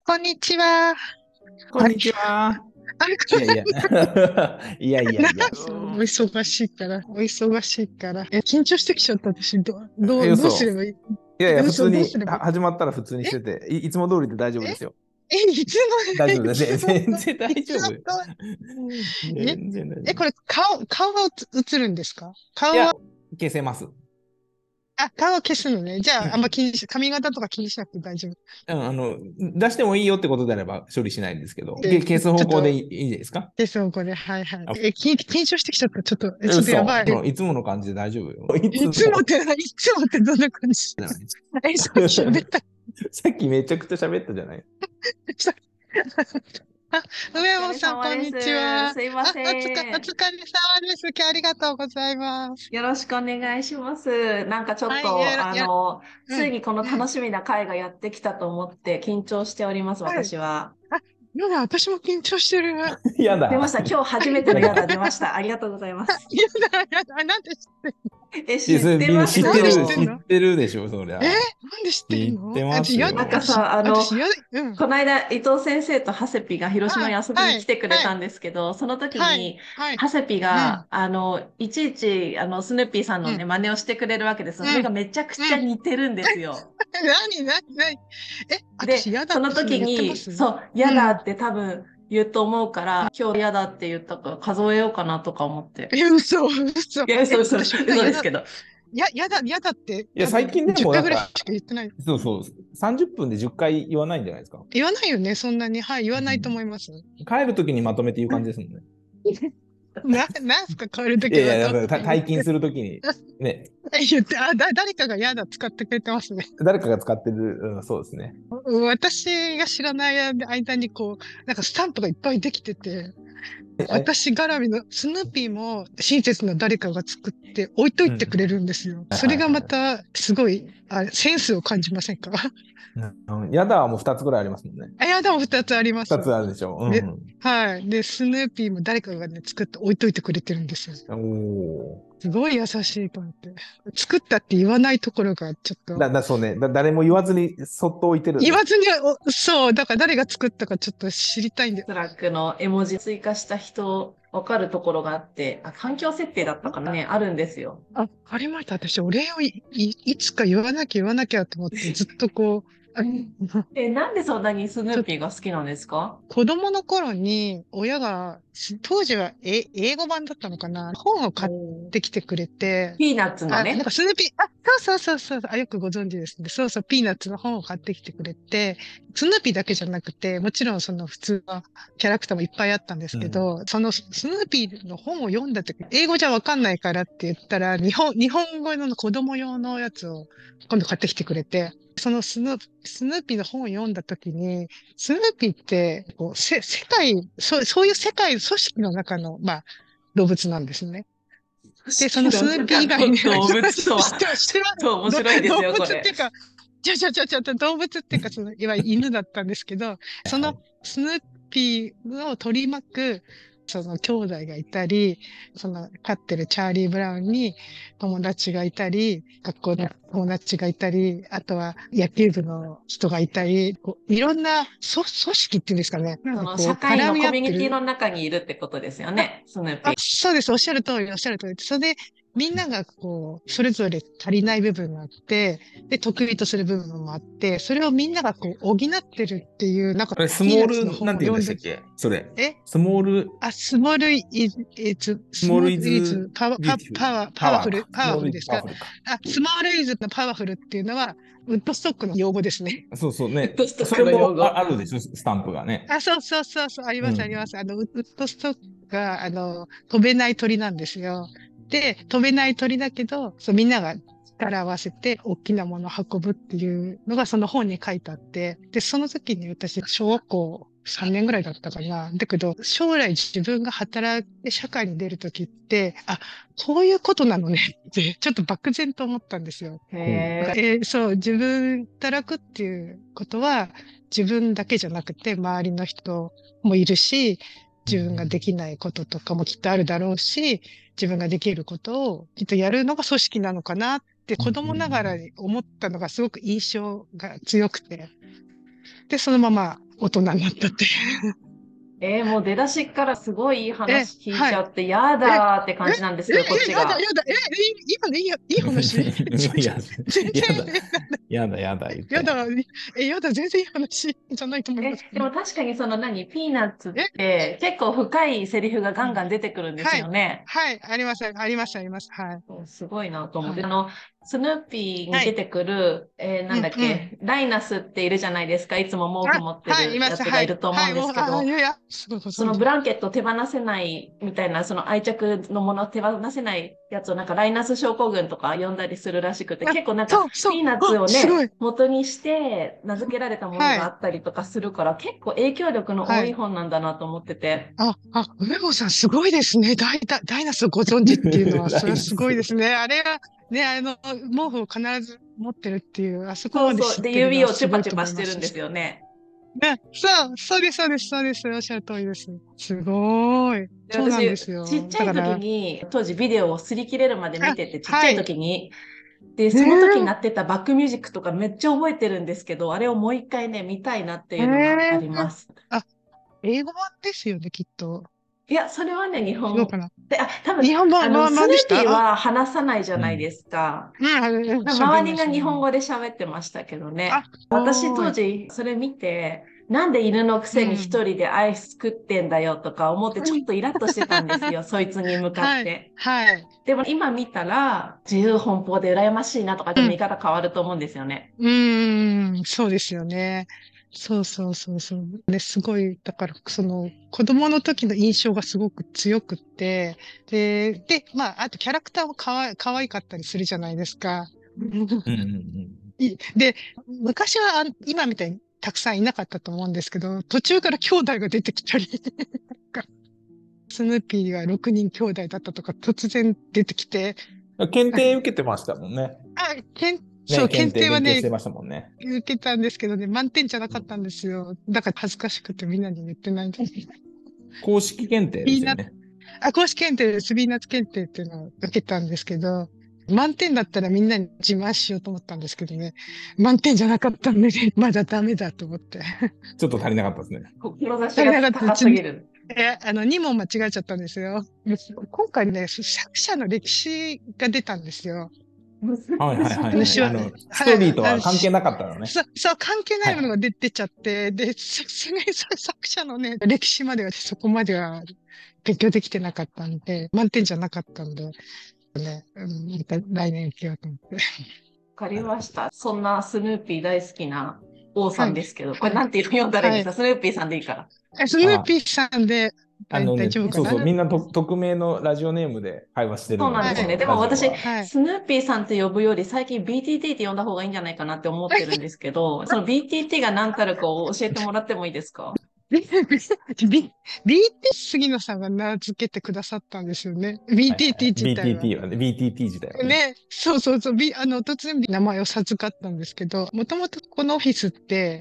こんにちは。 こんにちは。 あれ、 いやいや。いやいやいや。 お忙しいから、お忙しいから。緊張してきちゃった、私。どうすれ嘘。 ばいい？ いやいや、普嘘、 通に、 どうすればいい？ 始まったら普通にしてて、いつも通りで大丈夫えですよ。 いつ大丈夫だ。 いつも全然大いつも丈夫。 え全然大丈夫。 これ、顔が映るんですか？ いや、 顔は、 消せます。 顔は消すのね。じゃあ、あんまうん。 髪型とか気にしなくて大丈夫。 うん、出してもいいよってことであれば処理しないんですけど、消すちょっと、 方向でいいんじゃないですか？ これ、はいはい。 あ、 緊張してきちゃった。ちょっとやばい。 嘘。いつもの感じで大丈夫よ。いつもいつもってどんな感じ？ じゃない。 さっき喋った。 さっきめちゃくちゃ喋ったじゃない。 あ、 お疲れ上本さん、こんに様です。 ちは。 すいまおせん。 疲れ様です。今日ありがとうございます。 よろしくお願いします。なんかちょっはい、 と、 うん、 ついにこのうん。 楽しみな会がやってきたと思って緊張しております、 はい。 私は。 あ、やだ、私も緊張してる。 やだ。 出ました。今日初めてのやだ。 やだ出ました。ありがとうございます。 やだ、なんで知ってんいや、 知ってま知っすなんてる、 で知ってんの？ 知ってるでしょ、そりえ、 ゃ。 なんで知ってる知っての？ ますよ。 なんかさ、 うん。 この間、伊藤先生とハセピが広島に遊びにはい、 来てくれはい、 たんですけど、その時はい、 に、 はい、 ハセピうん、 が、いちいち、スヌーピーさんのね、 うん、 真似をしてくれるわけですよ。それがうん、 めちゃくちゃうん。 似てるんですよ。 何私で、その嫌だってそれ時に、 言ってます？ そう、嫌だうん。 って多分言うと思うから、今日嫌だって言ったから数えようかなとか思って。 嘘。 いや、 私普段嘘ですけど。 嫌だっていや、 多分最近で 10 もなんか、 回ぐらいしか言ってない。 そうそう、30分で10回言わないんじゃないですか。 言わないよね、そんなに。はい、言わないとうん。 思います。 帰るときにまとめて言う感じですもんね。 なんすか、変えるといやいや、 きはとだから言って。 退勤するときに、ね、 言って、誰かが嫌だ、使ってくれてますね。 誰かが使ってる、うん、そうですね。 私が知らない間になんかスタンプがいっぱいできてて、私絡みのスヌーピーも親切な誰かが作って置いといてくうん。 れるんですよ。 はいそれがまはいはい。 たすごい、センスを感じませんか？ うん、やだはもう2つぐらいありますもんね。 いや、でも二つありま 2 す。 つあるでしょう。うで、 んはい。で、スヌーピーも誰かがね、作って置いといてくれてるんですよ。 うん。おー。 すごい優しいと思って。作ったって言わないところがちょっと、 そうね。誰も言わずにそっと置いてるんです。 言わずに、そう、だから誰が作ったかちょっと知りたいんで。 スラックの絵文字追加した人、わかるところがあって、環境設定だったかなね、あるんですよ。 ありました。私、お礼をいつか言わなきゃと思って、ずっとなんでそんなにスヌちょっとーピーが好きなんですか？ 子供の頃に親が、当時は英語版だったのかな、本を買っおー、 てきてくれて、 ピーナッツのなんかね。 スヌーピー、そう、よくご存知ですね。そうそう、ピーナッツの本を買ってきてくれて、スヌーピーだけじゃなくて、もちろんその普通のキャラクターもいっぱいあったんですうん。 けど、そのスヌーピーの本を読んだ時、英語じゃわかんないからって言ったら、日本語の子供用のやつを今度買ってきてくれて、そのスヌーピーの本を読んだ時に、スヌーピーって、世界、そういう世界、組織の中の、まあ、動物なんですね。で、その組織のスヌーピー以外に、 中の動物とは、 知ってます。 ちょっと面白いです動よ、これ。 物っていうか、動物っていうか、いわゆる犬だったんですけど、そのはい。 スヌーピーを取り巻く、その兄弟がいたり、その飼ってるチャーリー・ブラウンに友達がいたり、学校の友達がいたり、あとは野球部の人がいたり、いろんな組織っていうんですかね。なんその社会絡みのコミュ合ってる。 ニティの中にいるってことですよね、スヌーピー。 そうです。おっしゃる通り。それで、みんながそれぞれ足りない部分があって、で、得意とする部分もあって、それをみんなが補ってるっていう、なんか、 あれ、スピーナッツのモール、なんて言うん本を読んで、 でしたっけそれ。 えスモール、スモールイズビューティフル。パワーか。スパワモールイズフルですか？ パワフルか。 スモールイズのパワフルっていうのは、ウッドストックの用語ですね。 そうそうね。 ウッドストックのそれも用語。 あるでしょ、スタンプがね。 あります、ありまうん。 す。ウッドストックが、飛べない鳥なんですよ。で、飛べない鳥だけど、みんなが力を合わせて大きなものを運ぶっていうのがその本に書いてあって、で、その時に私、小学校3年ぐらいだったかな。だけど、将来自分が働いて社会に出る時って、こういうことなのねって、ちょっと漠然と思ったんですよ。 ほう。 だからへそう、自分働くっていうことは、自分だけじゃなくて、周りの人もいるし、自分ができないこととかもきっとあるだろうし、自分ができることをきっとやるのが組織なのかなってうん子供ながらに思ったのがすごく印象が強くて、で、そのまま大人になったって。 もう出だしからすごいいい話聞いはい。 ちゃって、やだーって感じなんですけど、こっちやだ、 が。 やだ、今のいい話いや、 全やだ、 然、 やだ、やだ、言って。 やだ、やだ、全然いい話じゃないと思いますけど。 でも確かにピーナッツっえ、 て結構深いセリフがガンガン出てくるんですはい、 よね。 はい、あります、あります、あります。はい、 すごいなと思って。 はい、 スヌーピーにはい、 出てくる、なんうん、 だっうん。 け、ライナスっているじゃないですか。いつも毛布持ってはい、いるます、はい、 やつがいると思うはい、 んですけど、 いやいや、すごいごその存知で。 ブランケット手放せないみたいな、その愛着のもの手放せないやつをライナス症候群とか呼んだりするらしくて、 あ、 結構そう、 ピーナッツをね、 すごい。 元にして名付けられたものはい、 があったりとかするから、結構影響力の多いはい。 本なんだなと思ってて。 梅本さんすごいですね。ダイナスをご存知っていうのは、それはすライナス。 ごいですね。あれは、ね、毛布を必ず持ってるっていう、あそこまでそうそう。で、 知ってるのは指をチすごいとュパチュパして思います。 るんですよね。 ね、そうです、そうです、そうです。おっしゃる通りです。すごい。 で、 そうなんで私、 すよ。 ちっちゃいだから、 時に、当時ビデオを擦り切れるまで見てて、ちっちゃいはい。 時に、で、その時になえってたバックミュージックとかめっちゃ覚えてるんですけど、あれをもう一回ね、見たいなってえいうのがありー、 ます。 あ、英語版ですよね、きっと。 いや、それはね、日本。 違うかな。 で、多分、 日本スヌ版でしたーピーは話さないじゃうん。 ないですか。 しゃべんない、 周りがしゃべんない。 日本語で喋ってましたけどあ、 ね。 す私ごい。 当時、それ見て、なんで犬のくせに一うん。 人でアイス食ってんだよとか思ってちょっとイラッとしてたんですよ。そいつに向かっはい、 て。 はい。 でも今見たら、自由奔放で羨ましいなとか、ちょっと見うん。 方変わると思うんですよね。 そうですよね。そうそうそうそう。ね、すごい、だから、子供の時の印象がすごく強くって、まあ、あとキャラクターも可愛かったりするじゃないですか。 うんうんうん。 で、昔は今みたいにたくさんいなかったと思うんですけど、途中から兄弟が出てきたり、なんかスヌーピーが6人兄弟だったとか突然出てきて、 検定受けてましたもんね。 あ、そね、 う、 検定検定はね、 勉強してましたもんね。 受けたんですけどね、満点じゃなうん。 かったんですよ。だから恥ずかしくてみんなに言ってないんです。 公式検定でビーナッツ、 すよね。 公式検定です。ビーナッツ検定っていうのを受けたんですけど、満点だったらみんなに自慢しようと思ったんですけどね、満点じゃなかったんで、まだダメだと思って。 ちょっと足りなかったですね。 足志がりなかった。 高すぎる。 2問間違えちゃったんですよ。今回ね、作者の歴史が出たんですよ。 はいはいはいはい。 あの、 ストーリーとはい、 は関係なかったのね。 そう、関係ないものはいはい。 が出ちゃって、で、さすがにそれ作者のね、歴史まではそこまでは勉強できてなかったんで、満点じゃなかったんで、ね、また来年受けようと思って。 わかりなるほど。 ました。そんなスヌーピー大好きな王さはい、 んですけど、これはい、 なんて読んだらいいんはい。 ですか？スヌーピーさんでいいから。 スヌーあ、 ピーさんで大丈夫かな？ そうそう、みんな匿名のラジオネームで会話してるそうので、 はい、 なんですね。 このでも私、 ラジオは。 はい。 スヌーピーさんって呼ぶより、最近 BTT って呼んだ方がいいんじゃないかなって思ってるんですけど、その BTT が何たるかを教えてもらってもいいですか？ BT 杉野さんが名付けてくださったんですよね。 はいはいは BTT い。 自体は。 BTT はね、BTT 自体はね。 ね、そうそうそう、突然名前を授かったんですけど、もともとこのオフィスって、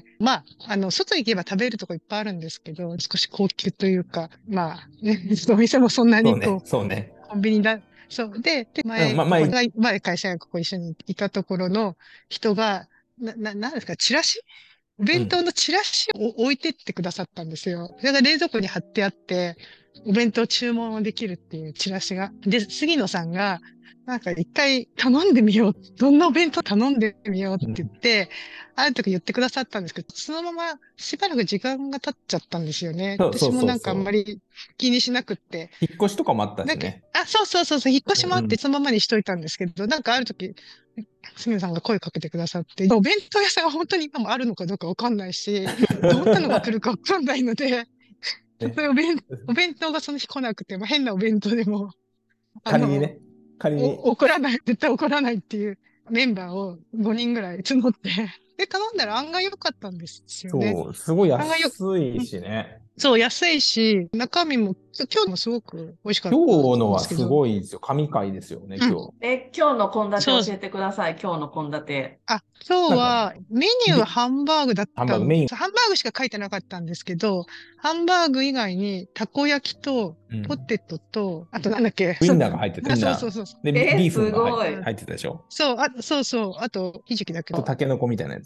まあ、外行けば食べるとこいっぱいあるんですけど、少し高級というか、まあ、ね、お店もそんなそうね、 にそうね。 コンビニだ、そうで、 うん、 ここ前、 前会社がここ一緒にいたところの人が、なんですか、チラシお弁当うん。 のチラシを置いてってくださったんですよ。それが冷蔵庫に貼ってあって、お弁当注文できるっていうチラシが。で、杉野さんが、なんか一回頼んでみよう。どんなお弁当頼んでみようって言っうん。 て、ある時言ってくださったんですけど、そのまましばらく時間が経っちゃったんですよね。 そうそう私もなんかあんそうそまり気にしなくって。 う。引っ越しとかもあったしね。 そうそうそうそう、引っ越しもあってうん。 そのままにしといたんですけど、なんかある時、すみれさんが声かけてくださって、お弁当屋さんが本当に今もあるのかどうかわかんないし、どんなのが来るかわかんないので、たね、 とえお弁当がその日来なくても変なお弁当でも、あの、 仮にね、仮に、 怒らない、絶対怒らないっていうメンバーを5人ぐらい募って、で、頼んだら案外良かったんですよね。 そう、すごい案外よ、 安いしね。 そう、安いし、中身も、今日もすごく美味しかったん今日のはすですけど、 ごいですよ。神回ですよね、 うん、 今日。 今日の献そう、 立教えてください。今日の献立。 今日なんかね、 はメニューはハンバーグだっハンバーグメイン。 ハンバーグしか書いてなかったんですけど、ハンバーグ以外にたこ焼きとうん。 ポテトと、あとなんだっけ、 ウインナーが入ってて、ウインナー。 そうそうそう。 で、ビーフンすがごい。 入ってたでしょ。 そう、そうそう。あと、ひじきだけあと、 ど。 タケノコみたいなやつ。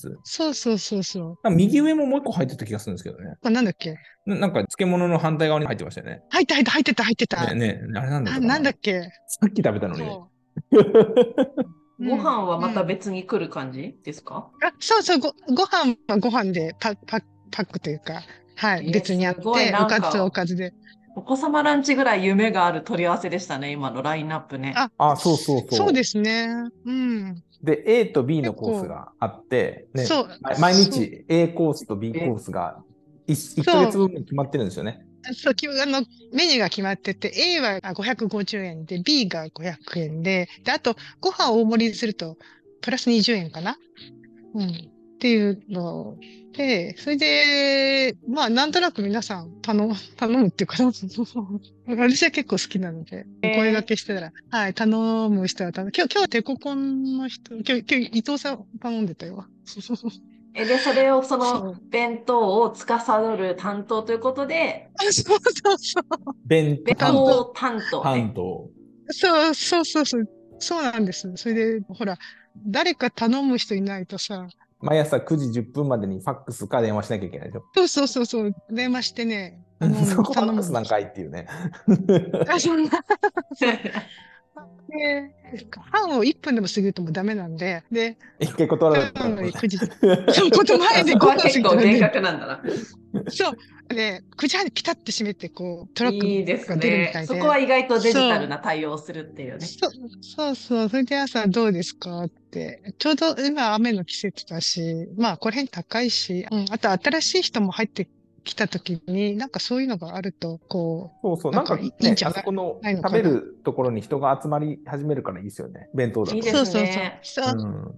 つ。 そうそうそうそう。 なんか右上ももう一個入ってた気がするんですけどね。 これなんだっけ？ なんか漬物の反対側に入ってましたよね。 入ってた。 あれなんだったかなんな。 だっけ？ さっき食べたのにね。 そう。 ご飯はまたうん。 別に来る感じですか？ そうそう、ご飯はご飯でパックというか、はい、別にあっすごいて、おかずはおなんか、 かずで。 お子様ランチぐらい夢がある取り合わせでしたね、今のラインナップね。 あ、 あ、そうそうそうでそすね。うん。 う。で、A と B のコース結構、 があって、ね、 そう、 毎そう、 日 A コースと B え、 コースが1ヶそう、 月分決まってるんですよね。 そう、メニューが決まってて、A は550円で、B が500円で、あと、ご飯を大盛りにすると、プラス20円かな。うん。っていうので、それで、まあ、なんとなく皆さん頼むっていうか、私は結構好きなので、お声掛けしてたら、はい、頼む人は今日テココンの人、今日伊藤さん頼んでたよ。 で、それをそのそう。 弁当を司る担当ということで、 そう。 弁弁担当。 当担当ね。 担当。 そう。そうなんです。それで、ほら、誰か頼む人いないとさ、 毎朝9時10分までにファックスか電話しなきゃいけないでしょ。 そう、電話してね、 そこファックスなん頼むんです。 かいっていうね。 そんな、そう。で、パンを1分でも過ぎるともうダメなんで、で、 一回断られたなのら。 に9時、そう、こと前でそこは 5分過結構厳ぎたらね、 格なんだな。 そう、で、9時半にピタッて閉めて、こう、トラックいいですが出るみね。 たいで、 そこは意外とデジタルそう、 な対応をするっていうね。 そう。それで朝どうですかって。ちょうど今雨の季節だし、まあこの辺高いし、あと新しい人も入ってきた時に、なんかそういうのがあると、こそうそう、 う、なんなんかかいいんね、 じゃあそこの食べないのかな。 るところに人が集まり始めるからいいですよね。弁当だとね。 いいですね。 うん。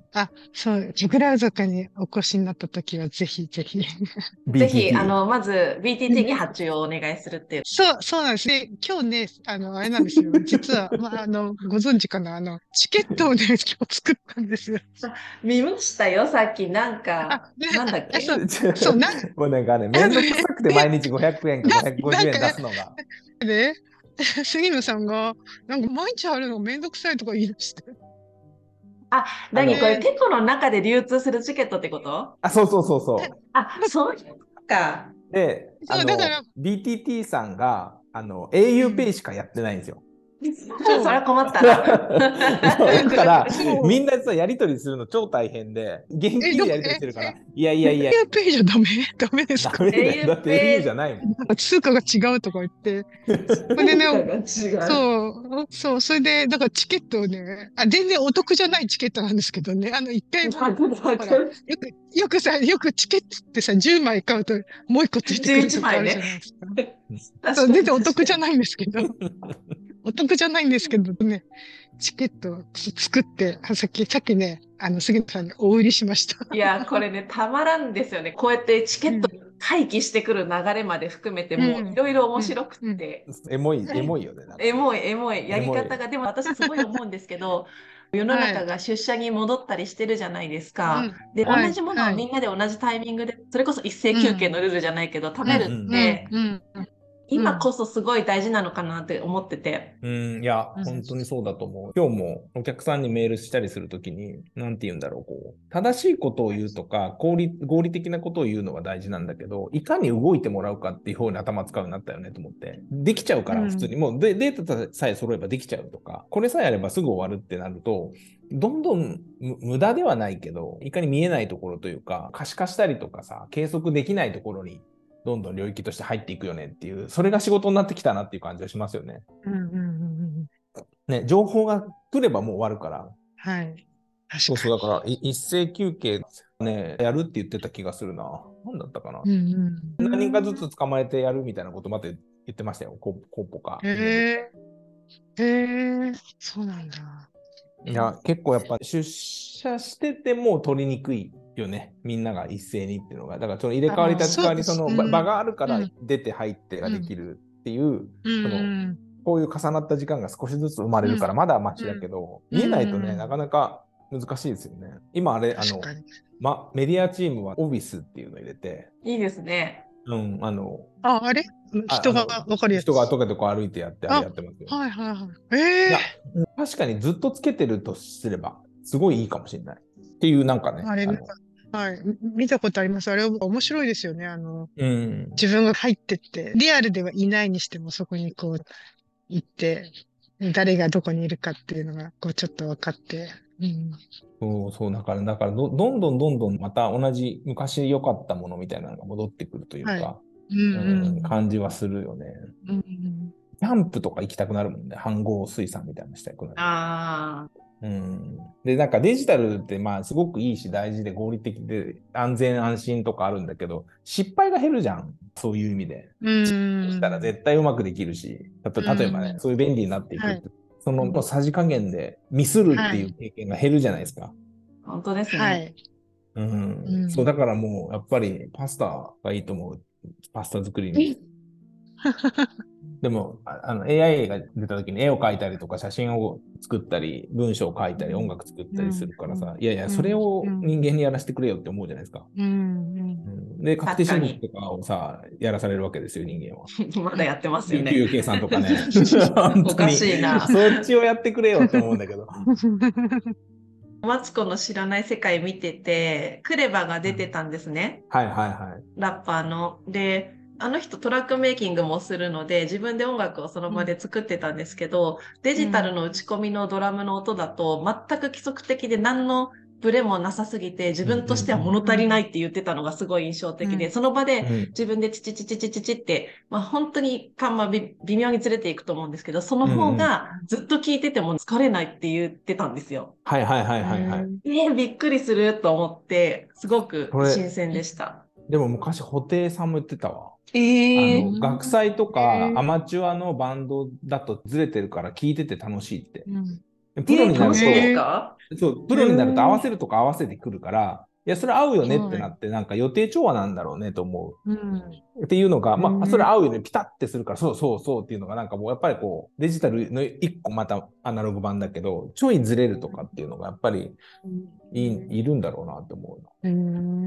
そう、ジグラウ族にお越しになった時はぜひぜひ。 ぜひ、 BTT。 まず BTT に発注をお願いするっていう。 そうなんですね。今日ね、あれなんですよ。実は、まあ、ご存知かな、チケットをね、今日作ったんですよ。 見ましたよ、さっき。なんあ、 か、 ね、 なんだっけ？ そう、 もうなんかね、めんどくさあのね、 くて毎日500円か550円出なんかすのが。 ね、杉野さんが、なんか毎日貼るのめんどくさいとか言い出して。 あ、何これ、 あの、 で、 テコの中で流通するチケットってこと？ そうそうそうそあ、そういうことか。 う。で、 そう、だから、 BTT さんが、 う auPay ん、 しかやってないんですよ。 それはそう、 困ったな。 だから、みんそう、 なさ、やり取りするの超大変で、現金でやり取りしてるから、いやいやいや、 ペイじゃダメですか？ ダメだよ。だって au じゃ auPay ないもん。 なんか通貨が違うとか言って、それでね、 文化が違う。 それで、だからチケットをね、全然お得じゃないチケットなんですけどね、一回分、ほら、よくチケットってさ、10枚買うともう一個ついてく 11 るとかあるじ枚ね。 ゃないですか。そう、 確かに全然お確かに。 得じゃないんですけど、お得じゃないんですけどね、チケットを作って、さっきね、杉野さんにお売りしました。 いや、これね、たまらんですよね。こうやってチケットうん、 回帰してくる流れまで含めて、もういうん、 ろいろ面うん、 白くっうん。 て。 エモいよね、なんかね。 エモい、やエモい。 り方が、でも私すごい思うんですけど、世のはい。 中が出社に戻ったりしてるじゃないですか。 うん。 で、同じものはい。 をみんなで同じタイミングで、それこそ一斉うん。 休憩のルールじゃないけど、食べるっうんうんて、 うん。うん。 今こそすごい大事なのかなって思ってて。 うん、いや、 うん。 本当にそうだと思う。今日もお客さんにメールしたりするときに、なんて言うんだろう、こう、正しいことを言うとか、合理的なことを言うのは大事なんだけど、いかに動いてもらうかっていう方に頭使うようになったよねと思って。できちゃうから、普通に。もうデータさえ揃えばできちゃうとか、これさえあればすぐ終わるってなると、どんどん無駄ではないけど、いかに見えないところというか、可視化したりとかさ、計測できないところにどんどん領域として入っていくよねっていう、それが仕事になってきたなっていう感じがしますよね。ね、情報が来ればもう終わるから。 はい。 そうそう、 確かに。 だから一斉休憩ね、やるって言ってた気がするな。何だったかな。何人かずつ捕まえてやるみたいなことまで言ってましたよ。コーポか、イネブ。 へえ、へえ、そうなんだ。 いや、結構やっぱ出社してても取りにくいよね。みんなが一斉にっていうのが。だからその入れ替わり立ち替わり、その場があるから出て入ってができるっていう、その、こういう重なった時間が少しずつ生まれるから、まだマシだけど、見えないとね、なかなか難しいですよね。今あれ、メディアチームはオフィスっていうのを入れて、 いいですね。 うん、 あれ人がわかるやつ。 人がとかとか歩いてやって、あれやってますよ。 はいはいはい。ええいや、確かにずっとつけてるとすれば、すごいいいかもしれない。っていう、なんかね、 あれ、 はい。見たことあります。あれ面白いですよね。 うん。 自分が入ってって、リアルではいないにしてもそこにこう行って、誰がどこにいるかっていうのが、こうちょっと分かって。うん。 そうそう、だからどんどんまた同じ昔良かったものみたいなのが戻ってくるというはい。 か、 うんううん、 ん。 感じはするよね。 うん。 キャンプとか行きたくなるもんね。飯合水産みたいなのしたくなる。 あうん。で、なんかデジタルってまあすごくいいし大事で合理的で安全安心とかあるんだけど、失敗が減るじゃん。そういう意味で。 うしたらん。 絶対うまくできるし、例えばね、 うん。 そういう便利になっていくはい。 って、そのうんさじ加減でミスるっていうはい。 経験が減るじゃないですか。 あ、本当ですね。 はい。 うん。そう、 うん。 だからもうやっぱりパスタがいいと思う。パスタ作りに。でも、AI が出た時に絵を描いたりとか写真を作ったり、文章を書いたり、音楽作ったりすうん。 るからさ、 うん。 いやいや、 うん。 それをうん。 人間にやらせてくれよって思うじゃないですか。 うん。 うん、で、確定確かに。 申告とかをさ、やらされるわけですよ、人間は。 まだやってますよね。 給与計算とかね。本おか当に、 しいな。 そっちをやってくれよって思うんだけど。 マツコの知らない世界見てて、クレバが出てたんですね。 はいはいはい。 ラッパーの。で、あの人トラックメイキングもするので、自分で音楽をその場で作ってたんですけど、デジタルの打ち込みのドラムの音だと全く規則的で何のブレもなさすぎて、自うん分としては物足りないって言ってたのがすごい印象的で、その場でうん。 自分でチチチチチチチって、まあ本当に微妙にずれていくと思うんですけど、そのうんうん。 方がずっと聴いてても疲れないって言ってたんですよ。 はいはいはいはいはい。 びっくりすると思って、すごくこれ、 新鮮でした。 でも昔、布袋さんも言ってたわ。 ええ学祭とかアえマチュアのバンドだとずれてるから聞いてて楽しいって。 うん。 でプロにな楽しいんですると、 か？ そう、プえロになると合わー、 せるとか合わせてくるから、いや、それ合うよねってはい。 なって、なんか予定調和なんだろうねと思う。 うん。 っていうのが、まあ、それえー、 合うよね、ピタってするから、そうそうそうっていうのが、なんかもうやっぱりこう、デジタルの一個またアナログ版だけど、ちょいずれるとかっていうのがやっぱりいるんだろうなって思う。 うん。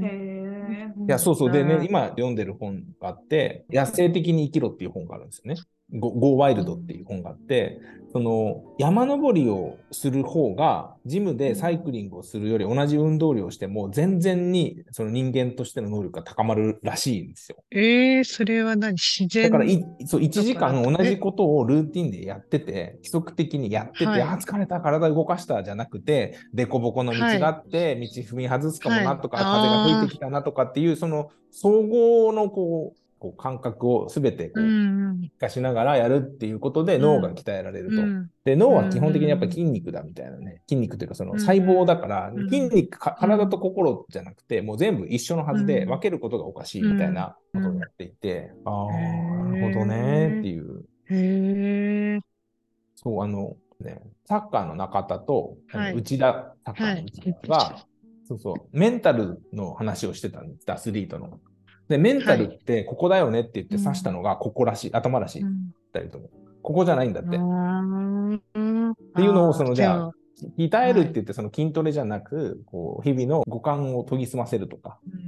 へうえ。 いや、そうそう。でね、 ん。 今読んでる本があって、野生的に生きろっていう本があるんですよね。Go Wild っていう本があって、その山登りをする方が、ジムでサイクリングをするより同じ運動量をしても、全然にその人間としての能力が高まるらしいんですよ。 それは何自だから然そう、1 だからと。 時間同じことをルーティンでやってて、規則的にやってて、あ、 はい。 疲れた、体動かしたじゃなくて、凸凹の道はい。 があって、道踏み外すかもはい。 なとか、風が吹いてああ、 きたなとかっていう、その総合のこう感覚をすべてうこう、 ん、 活かしながらやるっていうことでうん、 脳が鍛えられると。 うん、 で、脳うは基本的にやっぱりん、 筋肉だみたいなね。筋肉というかそのう細胞だん、 から、 うん、 筋肉か、 うん、 体と心じゃなくて、もう全部一緒のはずで分うん、 けることがおかしいうん、 みたいなうん。 ことをやっていて、あへあ、なるほどねってえ、 いう。 へえ、 そう、サッカーの中田と、 はい、 サッカーはい。 の内田が、そうそう、メンタルの話をしてたんです、アスリートの。で、メンタはい。 ルってここだよねって言って指したうん、 のがここらしい、頭らしい。 うん。 二人とも。ここじゃないんだっあて。っーていうのを、じゃあ、 じゃあ、 鍛えるっはい。 て言って、その筋トレじゃなく、こう、日々の五感を研ぎ澄ませるとか、 うん、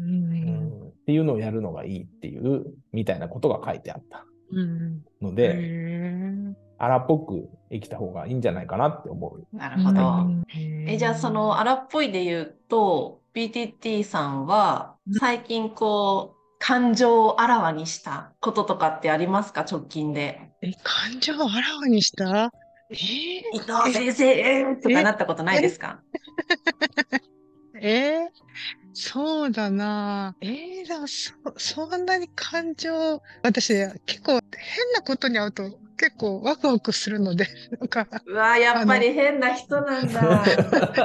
っていうのをやるのがいいっていう、みたいなことが書いてあったうん、 のへで、 え、 荒っぽく生きた方がいいんじゃないかなって思うなるうほど。 タイプ。 ん、へじゃあそのえ。 荒っぽいで言うと、BTT さんは最近感情をあらわにしたこととかってありますか？直近で。 感情をあらわにしたえ伊藤え先生とかえなったことないですか？ えそうだな。でもそんなに私、結構変なことに会うと結構ワクワクするので、なんか、 うわー、やっあの、 ぱり変な人なんだ。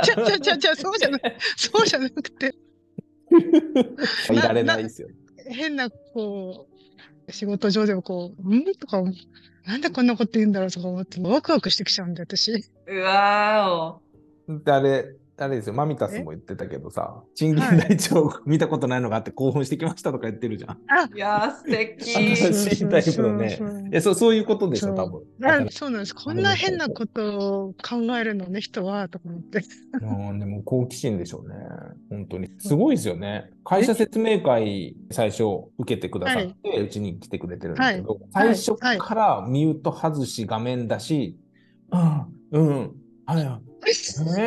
そうじゃなくて、 いな、 られないでな、 すよね。 変な、仕事上でもとか、なんでこんなこと言うんだろうとか思って、ワクワクしてきちゃうんで、私。 うわであれですよ、マミタスえも言ってたけどさ、賃金はい。 台帳見たことないのがあって興奮してきましたとか言ってるじゃん。 あ、 ー、いやー、素そう敵。 そう新しいタイプのね。 そう。 そういうことでしょ、多そ分。 う。そうなんです。こんな変なことを考えるのね、人は、とか思って。 でも好奇心でしょうね。本当に。 そうすごいですよね。会え社説明会最初受けてくだはい、 さって、うちに来てくれてるんだはい、 けど、 はい、 最初はい。 からミュート外し画面だし、うん、うん、はい、え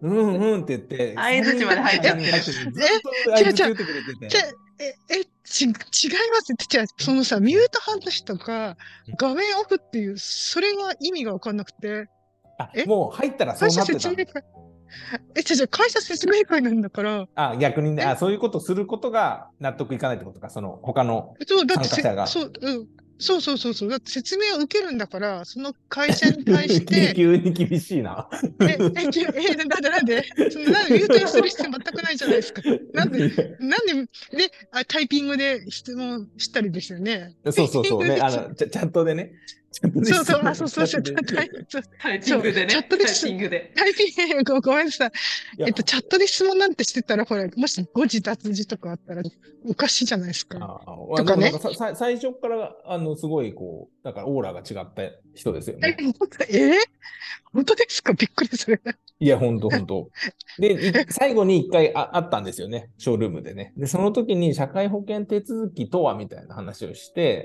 うんうんって言って、 相槌まで入っちゃってる。 ずっと相槌打ってくれてて。 違いますって。じゃあ、そのさ、ミュート外しとか、画面オフっていう、それは意味がわかんなくて。 もう入ったらそ会社うなってたの。 説明会。会社説明会なんだから。 逆にね、そういうことすることが納得いかないってことか、その他のだって参加者が。 そう。だって説明を受けるんだから、その会社に対して、 急に厳しいな。 なんでミュートにする必要全くないじゃないですか。なんで、タイピングで質問したりですよね。 そうね、チャットでね。チャットで質問タイピングでね。 チャットでタイピング、ごめんなさい。チャットで質問なんてしてたら、ほら、もし誤字脱字とかあったら、おかしいじゃないですか。 とかね。最初から、すごい、だからオーラが違った人ですよね。 本当ですか？びっくりする。 いや、本当。で、最後に一回あったんですよね、ショールームでね。で、その時に社会保険手続きとはみたいな話をして、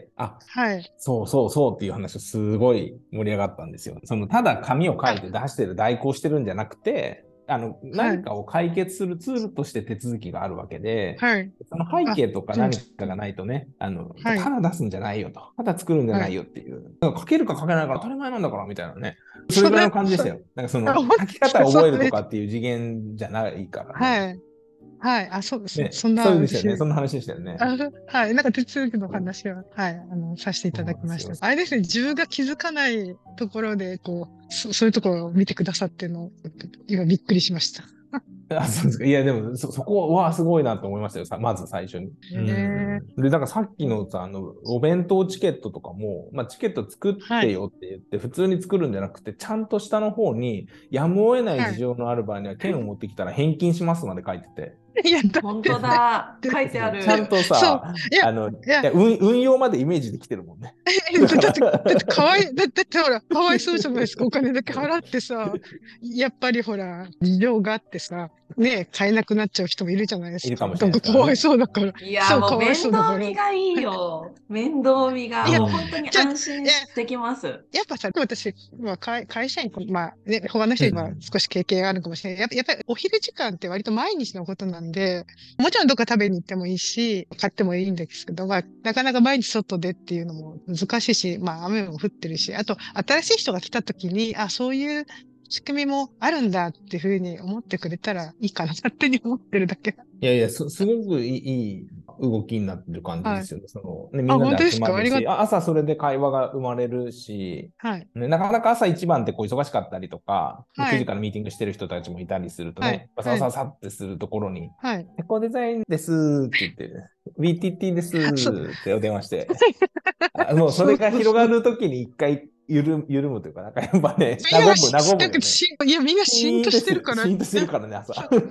はい。 そうっていう話をすごい盛り上がったんですよ。ただ紙を書いて出してる、代行してるんじゃなくて、何かを解決するツールとして手続きがあるわけで、 はい。 その背景とか何かがないとね、ただ出すんじゃないよと。ただ作るんじゃないよっていう。書けるか書けないから当たり前なんだからみたいなね。それぐらいの感じでしたよ。書き方を覚えるとかっていう次元じゃないからね。 はい。そうですね。 そうでしたよね。そんな話でしたよね。 はい。手続きの話は、はい、させていただきました。あれですね、自分が気づかないところで、そういうところを見てくださってるの、今びっくりしました。 そうですか。いや、でも、そこはすごいなと思いましたよ。まず最初に。で、さっきのさ、お弁当チケットとかも、チケット作ってよって言って、普通に作るんじゃなくて、ちゃんと下の方に、やむを得ない事情のある場合には、券を持ってきたら返金しますまで書いてて。 本当だ。書いてある。 ちゃんとさ、運用までイメージできてるもんね。 だってかわい、だってほら、かわいそうじゃないですか。お金だけ払ってさ、やっぱりほら、事情があってさ、買えなくなっちゃう人もいるじゃないですか。 いるかもしれない。 かわいそうだから。 いや、もう面倒見がいいよ。面倒見が。本当に安心できます。 やっぱさ、私、会社員、他の人には少し経験があるかもしれない。やっぱりお昼時間って割と毎日のことなんで、もちろんどっか食べに行ってもいいし、買ってもいいんですけど、なかなか毎日外でっていうのも難しいし、雨も降ってるし、あと、新しい人が来た時に、そういう仕組みもあるんだっていうふうに思ってくれたらいいかな、勝手に思ってるだけ。 いや、すごくいい動きになってる感じですよね。みんなで集まるし、朝それで会話が生まれるし、なかなか朝一番って忙しかったりとか、9時からミーティングしてる人たちもいたりするとね、さってするところに、エコデザインですって言って、BTT ですってお電話して、もうそれが広がるときに一回緩むというか、やっぱね、和むよね。 いや、みんなシーンとしてるから。 シーンとしてるからね、朝。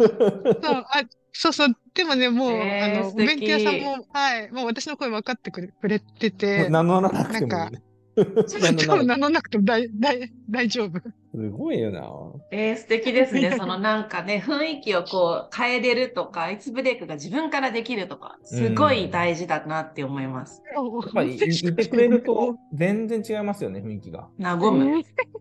そう。でもね、もう、お弁当屋さんも、もう私の声分かってくれてて。 名乗らなくてもいいね。 名乗らなくても大丈夫。 すごいよな。 素敵ですね。雰囲気を変えれるとか、アイスブレイクが自分からできるとか、すごい大事だなって思います。 やっぱりいてくれると全然違いますよね、雰囲気が。 和む。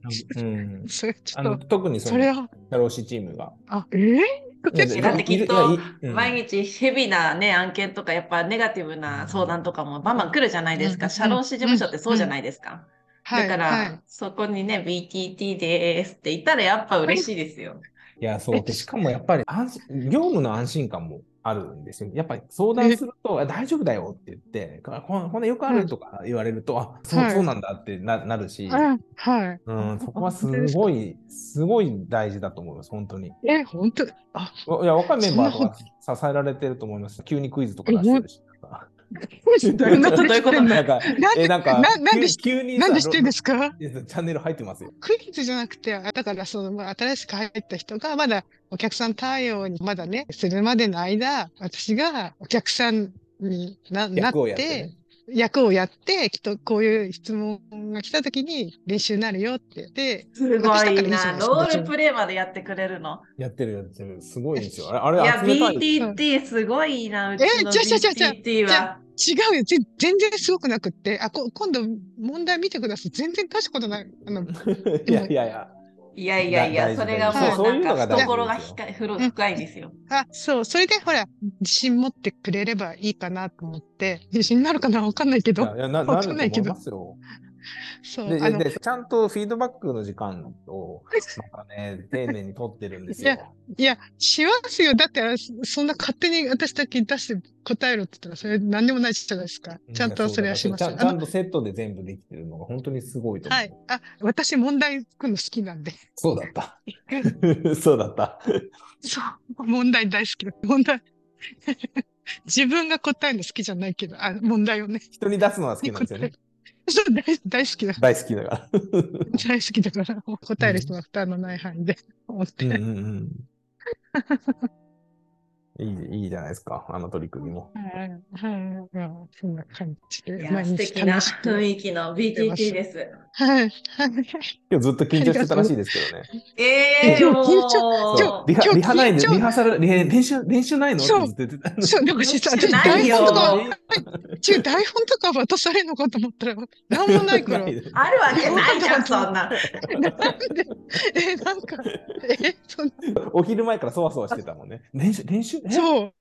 特にその、社労士チームが。 だってきっと、毎日ヘビーなね、案件とか、やっぱネガティブな相談とかもバンバン来るじゃないですか。社労士事務所ってそうじゃないですか。だから、そこにね、BTT ですって言ったらやっぱ嬉しいですよ。 いや、そう。しかもやっぱり業務の安心感もあるんですよ。やっぱり相談すると、大丈夫だよって言って、こんなよくあるとか言われると、そうなんだってなるし、そこはすごい大事だと思います、本当に。 本当？ いや、若いメンバーとか支えられてると思います。急にクイズとか出してるし。 どういうことなんか急になんで知ってるんですか？ チャンネル入ってますよ。 クイズじゃなくて、だから新しく入った人がまだお客さん対応にまだね、するまでの間、私がお客さんになって、役をやって、きっとこういう質問が来た時に練習になるよって言って、 すごいな。ロールプレイまでやってくれるの。 やってる。すごいんですよ。あれいや、BTT すごいな。うちの BTT は。 違うよ。全然すごくなくって。今度問題見てください。全然大したことない。 いや。 いやいやいや、 大事それが大事もうなんかそういうのが大事懐がですよ深いですよ。 そう、それでほら、自信持ってくれればいいかなと思って、自信になるかなわかんないけど、わなると思いかんないけど、 ますよ。 そう、 で、ちゃんとフィードバックの時間を、またね、丁寧に取ってるんですいや、 よ。 いや、しますよ。だって、そんな勝手に私だけ出して答えろって言ったら、それ何でもないじゃないですか。ちゃんとそれはしますよ。 ちゃんとセットで全部できてるのが本当にすごいと思う。 はい。私問題作るの好きなんで。 そうだった。そうだった。 そう、問題大好きだ。問題。自分が答えるの好きじゃないけど、問題をね。 人に出すのは好きなんですよね。 そう、大好きだ。 大好きだから。 大好きだから、答える人は負担のない範囲で思って。 いいじゃないですか、あの取り組みも。 はい、そんな感じで。 いや、素敵な雰囲気の BTT です。 はい。 今日ずっと緊張してたらしいですけどね。 今日緊張、 そう、リハないで、リハーサル、練習ないのってずっと言ってた。 そう、でも実は私台本とか渡されるのかと思ったら、なんもないから。 あるわけないじゃん、そんな。 なんで、なんか、 お昼前からそわそわしてたもんね。練習そう。